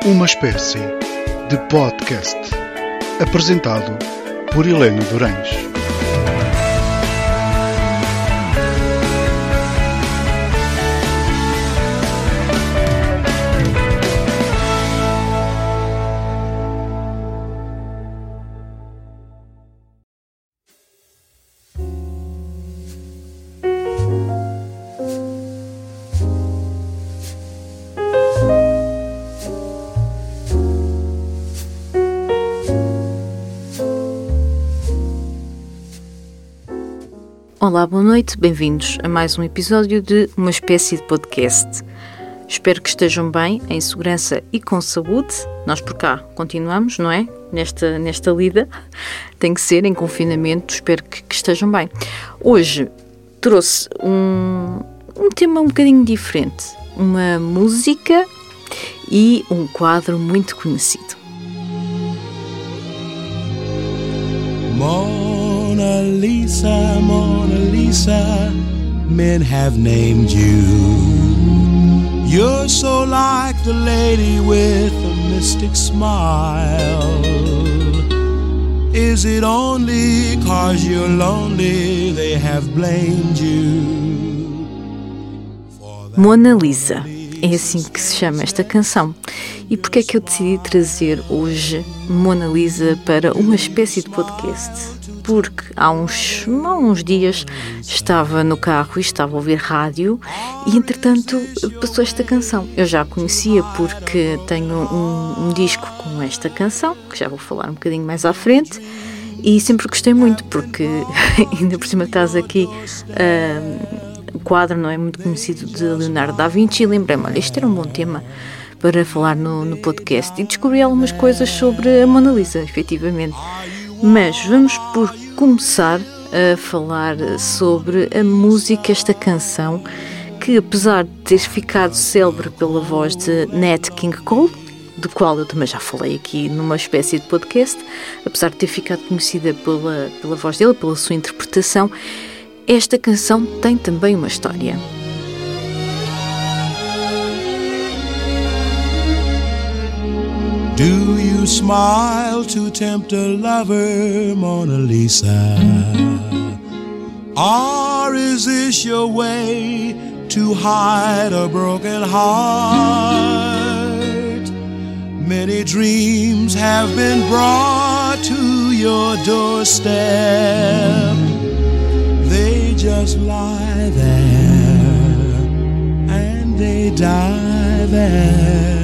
Uma espécie de podcast apresentado por Helena Durães. Olá, boa noite, bem-vindos a mais um episódio de Uma Espécie de Podcast. Espero que estejam bem, em segurança e com saúde. Nós por cá continuamos, não é? Nesta lida, tem que ser em confinamento, espero que estejam bem. Hoje trouxe um tema um bocadinho diferente, uma música e um quadro muito conhecido. Mona Lisa, Mona Lisa, men have named you. You're so like the lady with a mystic smile. Is it only 'cause you're lonely they have blamed you? Mona Lisa, é assim que se chama esta canção. E porquê é que eu decidi trazer hoje Mona Lisa para uma espécie de podcast? Porque há uns dias estava no carro e estava a ouvir rádio e, entretanto, passou esta canção. Eu já a conhecia porque tenho um disco com esta canção, que já vou falar um bocadinho mais à frente, e sempre gostei muito porque, ainda por cima estás aqui, o quadro não é muito conhecido de Leonardo da Vinci, e lembrei-me, olha, isto era um bom tema para falar no podcast, e descobri algumas coisas sobre a Mona Lisa, efetivamente. Mas vamos por começar a falar sobre a música, esta canção, que apesar de ter ficado célebre pela voz de Nat King Cole, do qual eu também já falei aqui numa espécie de podcast, apesar de ter ficado conhecida pela voz dele, pela sua interpretação, esta canção tem também uma história. Do you smile to tempt a lover, Mona Lisa? Or is this your way to hide a broken heart? Many dreams have been brought to your doorstep. They just lie there and they die there.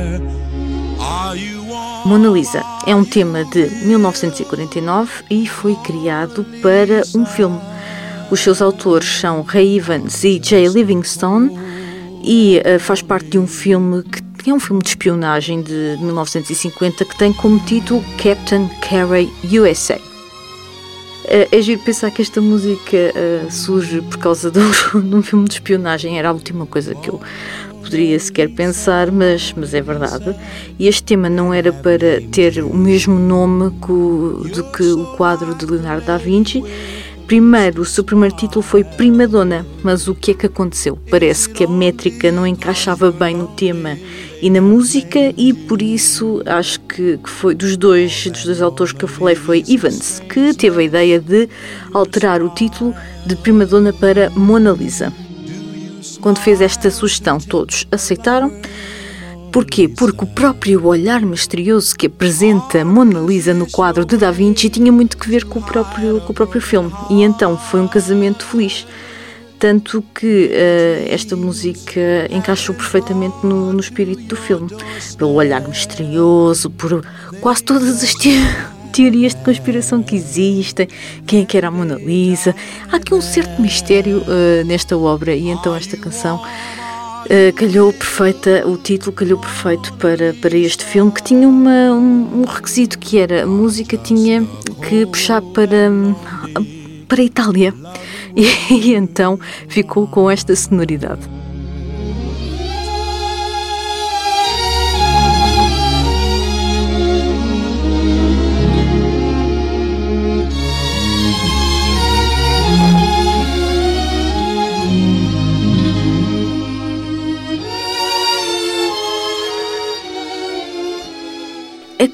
Mona Lisa é um tema de 1949 e foi criado para um filme. Os seus autores são Ray Evans e Jay Livingstone e faz parte de um filme que é um filme de espionagem de 1950 que tem como título Captain Carey USA. É giro pensar que esta música surge por causa de um filme de espionagem, era a última coisa que eu poderia sequer pensar, mas é verdade. E este tema não era para ter o mesmo nome do que o quadro de Leonardo da Vinci. Primeiro, o seu primeiro título foi Prima Donna, mas o que é que aconteceu? Parece que a métrica não encaixava bem no tema e na música, e por isso acho que foi dos dois autores que eu falei, foi Evans, que teve a ideia de alterar o título de Prima Donna para Mona Lisa. Quando fez esta sugestão, todos aceitaram. Porquê? Porque o próprio olhar misterioso que apresenta Mona Lisa no quadro de Da Vinci tinha muito que ver com o próprio filme. E então foi um casamento feliz. Tanto que esta música encaixou perfeitamente no espírito do filme. Pelo olhar misterioso, por quase todas as teorias de conspiração que existem, quem é que era a Mona Lisa. Há aqui um certo mistério nesta obra, e então esta canção calhou perfeita, o título calhou perfeito para este filme, que tinha um requisito, que era a música tinha que puxar para a Itália, e então ficou com esta sonoridade.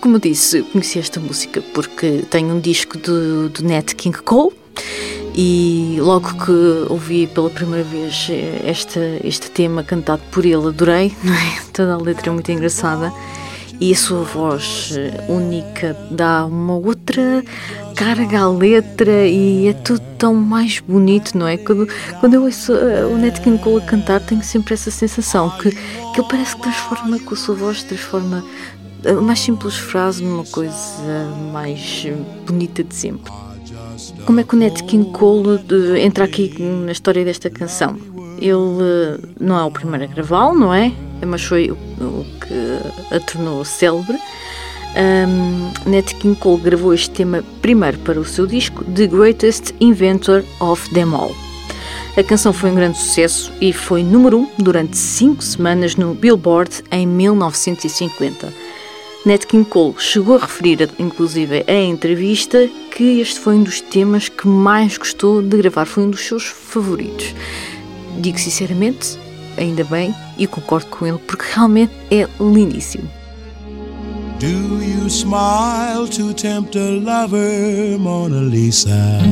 como eu disse, conheci esta música porque tenho um disco do Nat King Cole e logo que ouvi pela primeira vez este tema cantado por ele, adorei, não é? Toda a letra é muito engraçada e a sua voz única dá uma outra carga à letra e é tudo tão mais bonito, não é? Quando eu ouço o Nat King Cole a cantar, tenho sempre essa sensação que ele parece que transforma com a sua voz, transforma a mais simples frase numa coisa mais bonita de sempre. Como é que o Nat King Cole entra aqui na história desta canção? Ele não é o primeiro a gravá-lo, não é? Mas foi o que a tornou célebre. Nat King Cole gravou este tema primeiro para o seu disco The Greatest Inventor of Them All. A canção foi um grande sucesso e foi número 1 durante 5 semanas no Billboard em 1950. Nat King Cole chegou a referir, inclusive em entrevista, que este foi um dos temas que mais gostou de gravar, foi um dos seus favoritos. Digo sinceramente, ainda bem, e concordo com ele, porque realmente é lindíssimo. Do you smile to tempt a lover, Mona Lisa?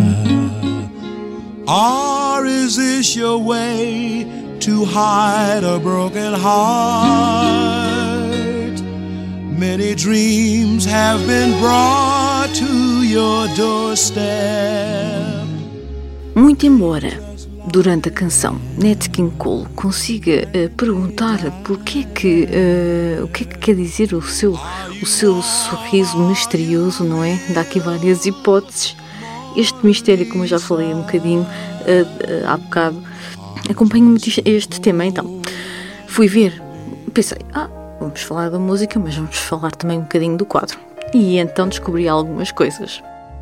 Or is this your way to hide a broken heart? Many dreams have been brought to your doorstep. Muito embora durante a canção Nat King Cole consiga perguntar o que é que quer dizer o seu sorriso misterioso, não é? Dá aqui várias hipóteses. Este mistério, como eu já falei um bocadinho há bocado, acompanho muito este tema. Então fui ver, pensei, vamos falar da música, mas vamos falar também um bocadinho do quadro. E então descobri algumas coisas.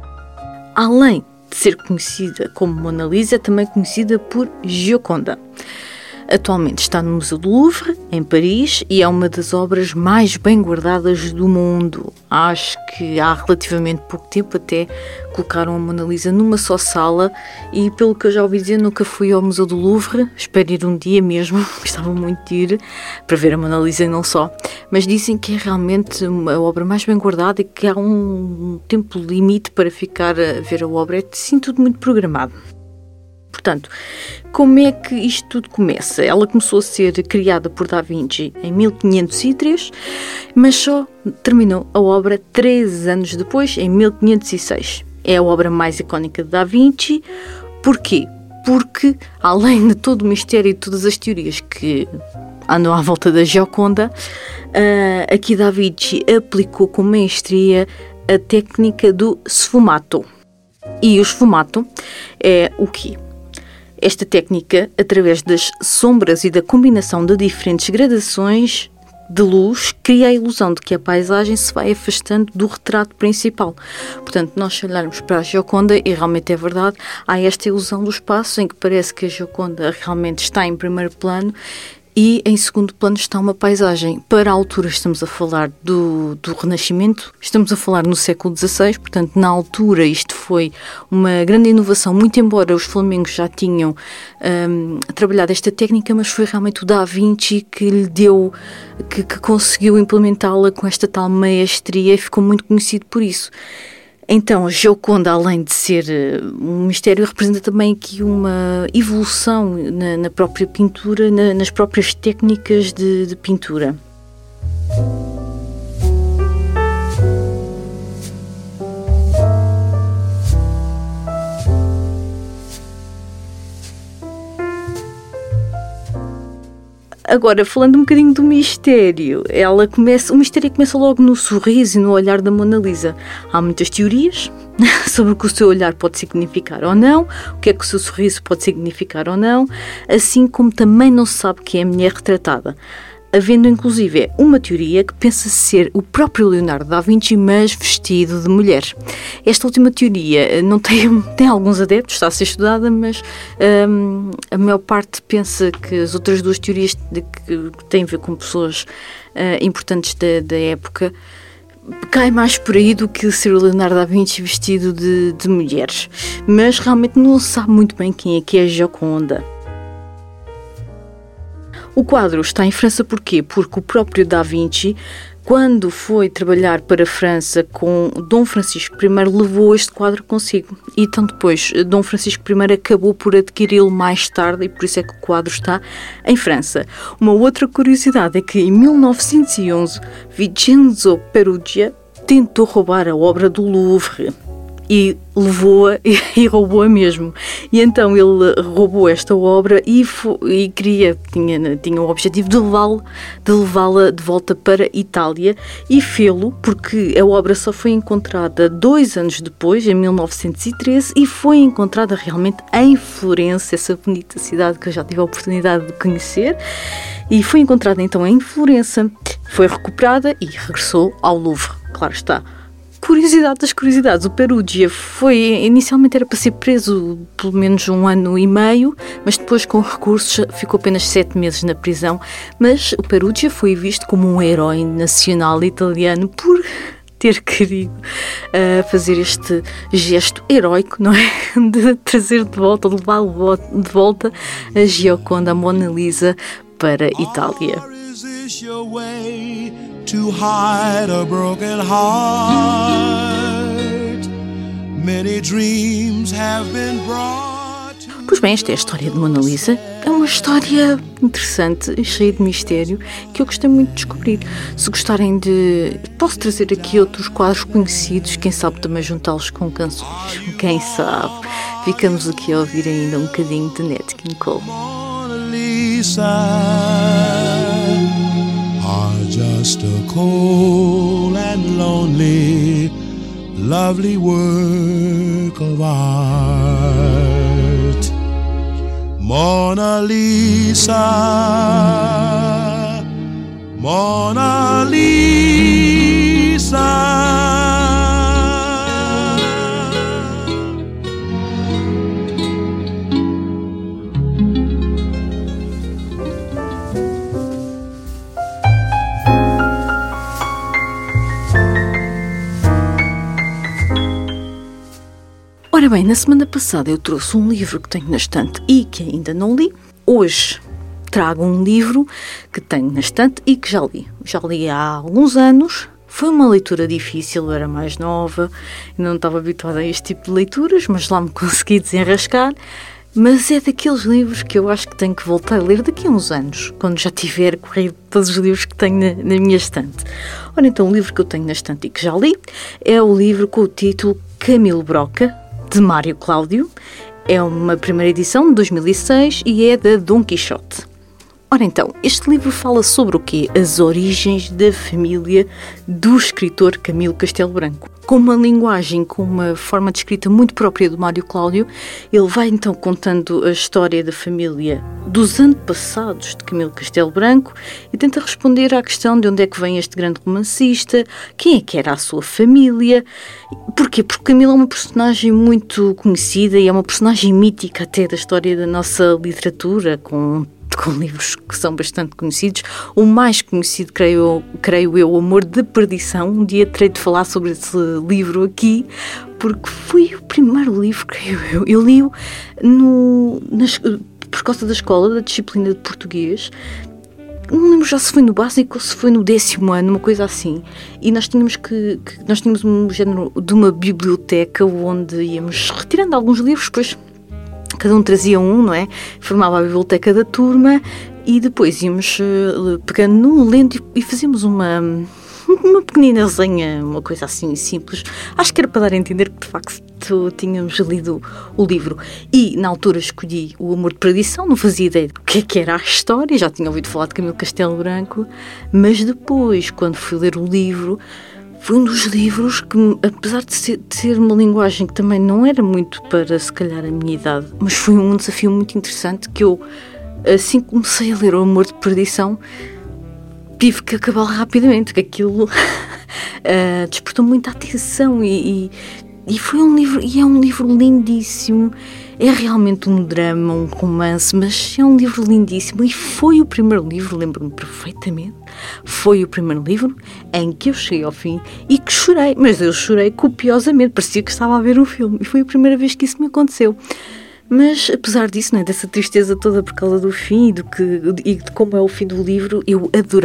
Além de ser conhecida como Mona Lisa, é também conhecida por Gioconda. Atualmente está no Museu do Louvre, em Paris, e é uma das obras mais bem guardadas do mundo. Acho que há relativamente pouco tempo até colocaram a Mona Lisa numa só sala e, pelo que eu já ouvi dizer, nunca fui ao Museu do Louvre. Espero ir um dia mesmo, gostava muito de ir para ver a Mona Lisa e não só. Mas dizem que é realmente a obra mais bem guardada e que há um tempo limite para ficar a ver a obra. É assim tudo muito programado. Portanto, como é que isto tudo começa? Ela começou a ser criada por Da Vinci em 1503, mas só terminou a obra 3 anos depois, em 1506. É a obra mais icónica de Da Vinci. Porquê? Porque, além de todo o mistério e todas as teorias que andam à volta da Gioconda, aqui Da Vinci aplicou com maestria a técnica do sfumato. E o sfumato é o quê? Esta técnica, através das sombras e da combinação de diferentes gradações de luz, cria a ilusão de que a paisagem se vai afastando do retrato principal. Portanto, nós se olharmos para a Gioconda, e realmente é verdade, há esta ilusão do espaço em que parece que a Gioconda realmente está em primeiro plano e em segundo plano está uma paisagem. Para a altura estamos a falar do Renascimento, estamos a falar no século XVI, portanto na altura isto foi uma grande inovação, muito embora os flamengos já tinham trabalhado esta técnica, mas foi realmente o Da Vinci que lhe deu, que conseguiu implementá-la com esta tal maestria e ficou muito conhecido por isso. Então, a Gioconda, além de ser um mistério, representa também aqui uma evolução na própria pintura, nas próprias técnicas de pintura. Agora, falando um bocadinho do mistério, o mistério começa logo no sorriso e no olhar da Mona Lisa. Há muitas teorias sobre o que o seu olhar pode significar ou não, o que é que o seu sorriso pode significar ou não, assim como também não se sabe quem é a mulher retratada. Havendo inclusive uma teoria que pensa ser o próprio Leonardo da Vinci, mas vestido de mulher. Esta última teoria não tem alguns adeptos, está a ser estudada, mas a maior parte pensa que as outras duas teorias que têm a ver com pessoas importantes da época cai mais por aí do que ser o Leonardo da Vinci vestido de mulheres. Mas realmente não se sabe muito bem quem é que é a Gioconda. O quadro está em França porquê? Porque o próprio Da Vinci quando foi trabalhar para a França com Dom Francisco I, levou este quadro consigo. E então depois Dom Francisco I acabou por adquiri-lo mais tarde e por isso é que o quadro está em França. Uma outra curiosidade é que em 1911 Vincenzo Perugia tentou roubar a obra do Louvre e levou-a e roubou-a mesmo. E então ele roubou esta obra e tinha o objetivo de levá-la de volta para a Itália, e fê-lo porque a obra só foi encontrada 2 anos depois, em 1913, e foi encontrada realmente em Florença, essa bonita cidade que eu já tive a oportunidade de conhecer, e foi encontrada então em Florença, foi recuperada e regressou ao Louvre, claro está. Curiosidade das curiosidades, o Perugia inicialmente era para ser preso pelo menos 1 ano e meio, mas depois com recursos ficou apenas 7 meses na prisão. Mas o Perugia foi visto como um herói nacional italiano por ter querido fazer este gesto heróico, não é? De trazer de volta, de levar de volta a Gioconda, a Mona Lisa, para a Itália. To hide a broken heart. Many dreams have been brought. Pois bem, esta é a história de Mona Lisa. É uma história interessante e cheia de mistério que eu gostei muito de descobrir. Se gostarem posso trazer aqui outros quadros conhecidos, quem sabe também juntá-los com canções. Quem sabe? Ficamos aqui a ouvir ainda um bocadinho de Nat King Cole. Mona Lisa are just a cold and lonely, lovely work of art. Mona Lisa, Mona Lisa. Ora bem, na semana passada eu trouxe um livro que tenho na estante e que ainda não li. Hoje trago um livro que tenho na estante e que já li. Já li há alguns anos. Foi uma leitura difícil, eu era mais nova, ainda não estava habituada a este tipo de leituras, mas lá me consegui desenrascar. Mas é daqueles livros que eu acho que tenho que voltar a ler daqui a uns anos, quando já tiver corrido todos os livros que tenho na minha estante. Ora, então, o livro que eu tenho na estante e que já li é o livro com o título Camilo Broca, de Mário Cláudio. É uma primeira edição de 2006 e é da Dom Quixote. Ora então, este livro fala sobre o quê? As origens da família do escritor Camilo Castelo Branco. Com uma linguagem, com uma forma de escrita muito própria do Mário Cláudio, ele vai então contando a história da família dos antepassados de Camilo Castelo Branco e tenta responder à questão de onde é que vem este grande romancista, quem é que era a sua família. Porquê? Porque Camilo é uma personagem muito conhecida e é uma personagem mítica até da história da nossa literatura, com livros que são bastante conhecidos. O mais conhecido, creio eu, O Amor de Perdição. Um dia terei de falar sobre esse livro aqui, porque foi o primeiro livro, creio eu li-o por causa da escola, da disciplina de português. Não lembro já se foi no básico ou se foi no 10º ano, uma coisa assim. E nós tínhamos um género de uma biblioteca onde íamos retirando alguns livros, depois cada um trazia um, não é? Formava a biblioteca da turma e depois íamos pegando num, lendo e fazíamos uma pequenina resenha, uma coisa assim simples. Acho que era para dar a entender que de facto tínhamos lido o livro. E na altura escolhi O Amor de Perdição, não fazia ideia do que era a história, já tinha ouvido falar de Camilo Castelo Branco, mas depois, quando fui ler o livro, foi um dos livros que, apesar de ser uma linguagem que também não era muito para, se calhar, a minha idade, mas foi um desafio muito interessante que eu, assim que comecei a ler O Amor de Perdição, tive que acabá-lo rapidamente, porque aquilo despertou muita atenção e foi um livro, e é um livro lindíssimo. É realmente um drama, um romance, mas é um livro lindíssimo e foi o primeiro livro, lembro-me perfeitamente, foi o primeiro livro em que eu cheguei ao fim e que chorei, mas eu chorei copiosamente, parecia que estava a ver um filme e foi a primeira vez que isso me aconteceu. Mas, apesar disso, não é, dessa tristeza toda por causa do fim e de como é o fim do livro, eu adorei. Portanto,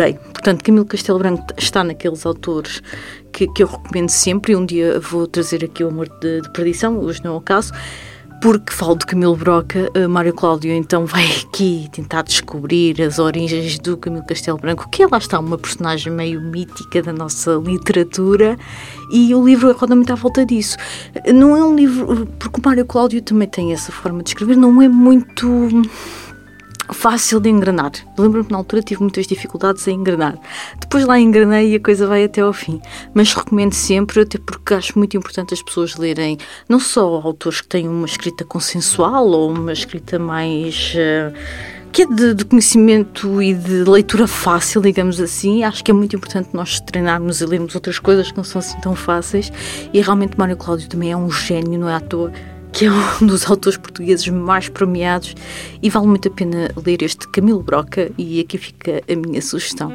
Portanto, Camilo Castelo Branco está naqueles autores que eu recomendo sempre, e um dia vou trazer aqui o Amor de Perdição, hoje não é o caso, porque falo de Camilo Broca. Mário Cláudio então vai aqui tentar descobrir as origens do Camilo Castelo Branco, que lá está uma personagem meio mítica da nossa literatura, e o livro roda muito à volta disso. Não é um livro, porque o Mário Cláudio também tem essa forma de escrever, não é muito fácil de engrenar. Lembro-me que na altura tive muitas dificuldades em engrenar. Depois lá engrenei e a coisa vai até ao fim. Mas recomendo sempre, até porque acho muito importante as pessoas lerem não só autores que têm uma escrita consensual ou uma escrita mais que é de conhecimento e de leitura fácil, digamos assim. Acho que é muito importante nós treinarmos e lermos outras coisas que não são assim tão fáceis, e realmente Mário Cláudio também é um gênio, não é à toa que é um dos autores portugueses mais premiados, e vale muito a pena ler este Camilo Broca, e aqui fica a minha sugestão.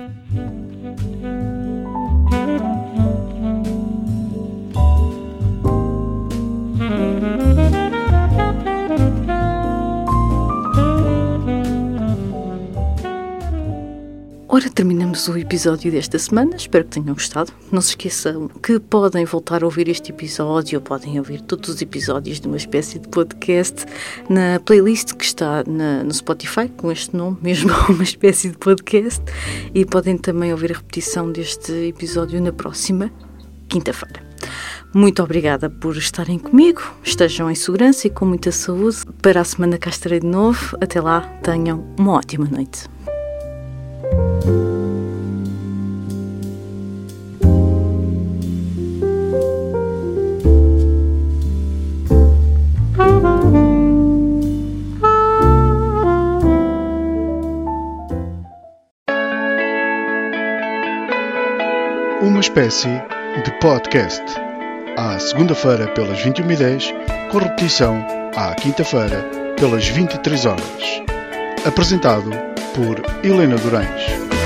Ora, terminamos o episódio desta semana, espero que tenham gostado. Não se esqueçam que podem voltar a ouvir este episódio, ou podem ouvir todos os episódios de Uma Espécie de Podcast na playlist que está no Spotify, com este nome mesmo, Uma Espécie de Podcast, e podem também ouvir a repetição deste episódio na próxima quinta-feira. Muito obrigada por estarem comigo, estejam em segurança e com muita saúde. Para a semana cá estarei de novo, até lá, tenham uma ótima noite. Uma Espécie de Podcast. À segunda-feira pelas 21h10, com repetição à quinta-feira pelas 23h. Apresentado por Helena Durães.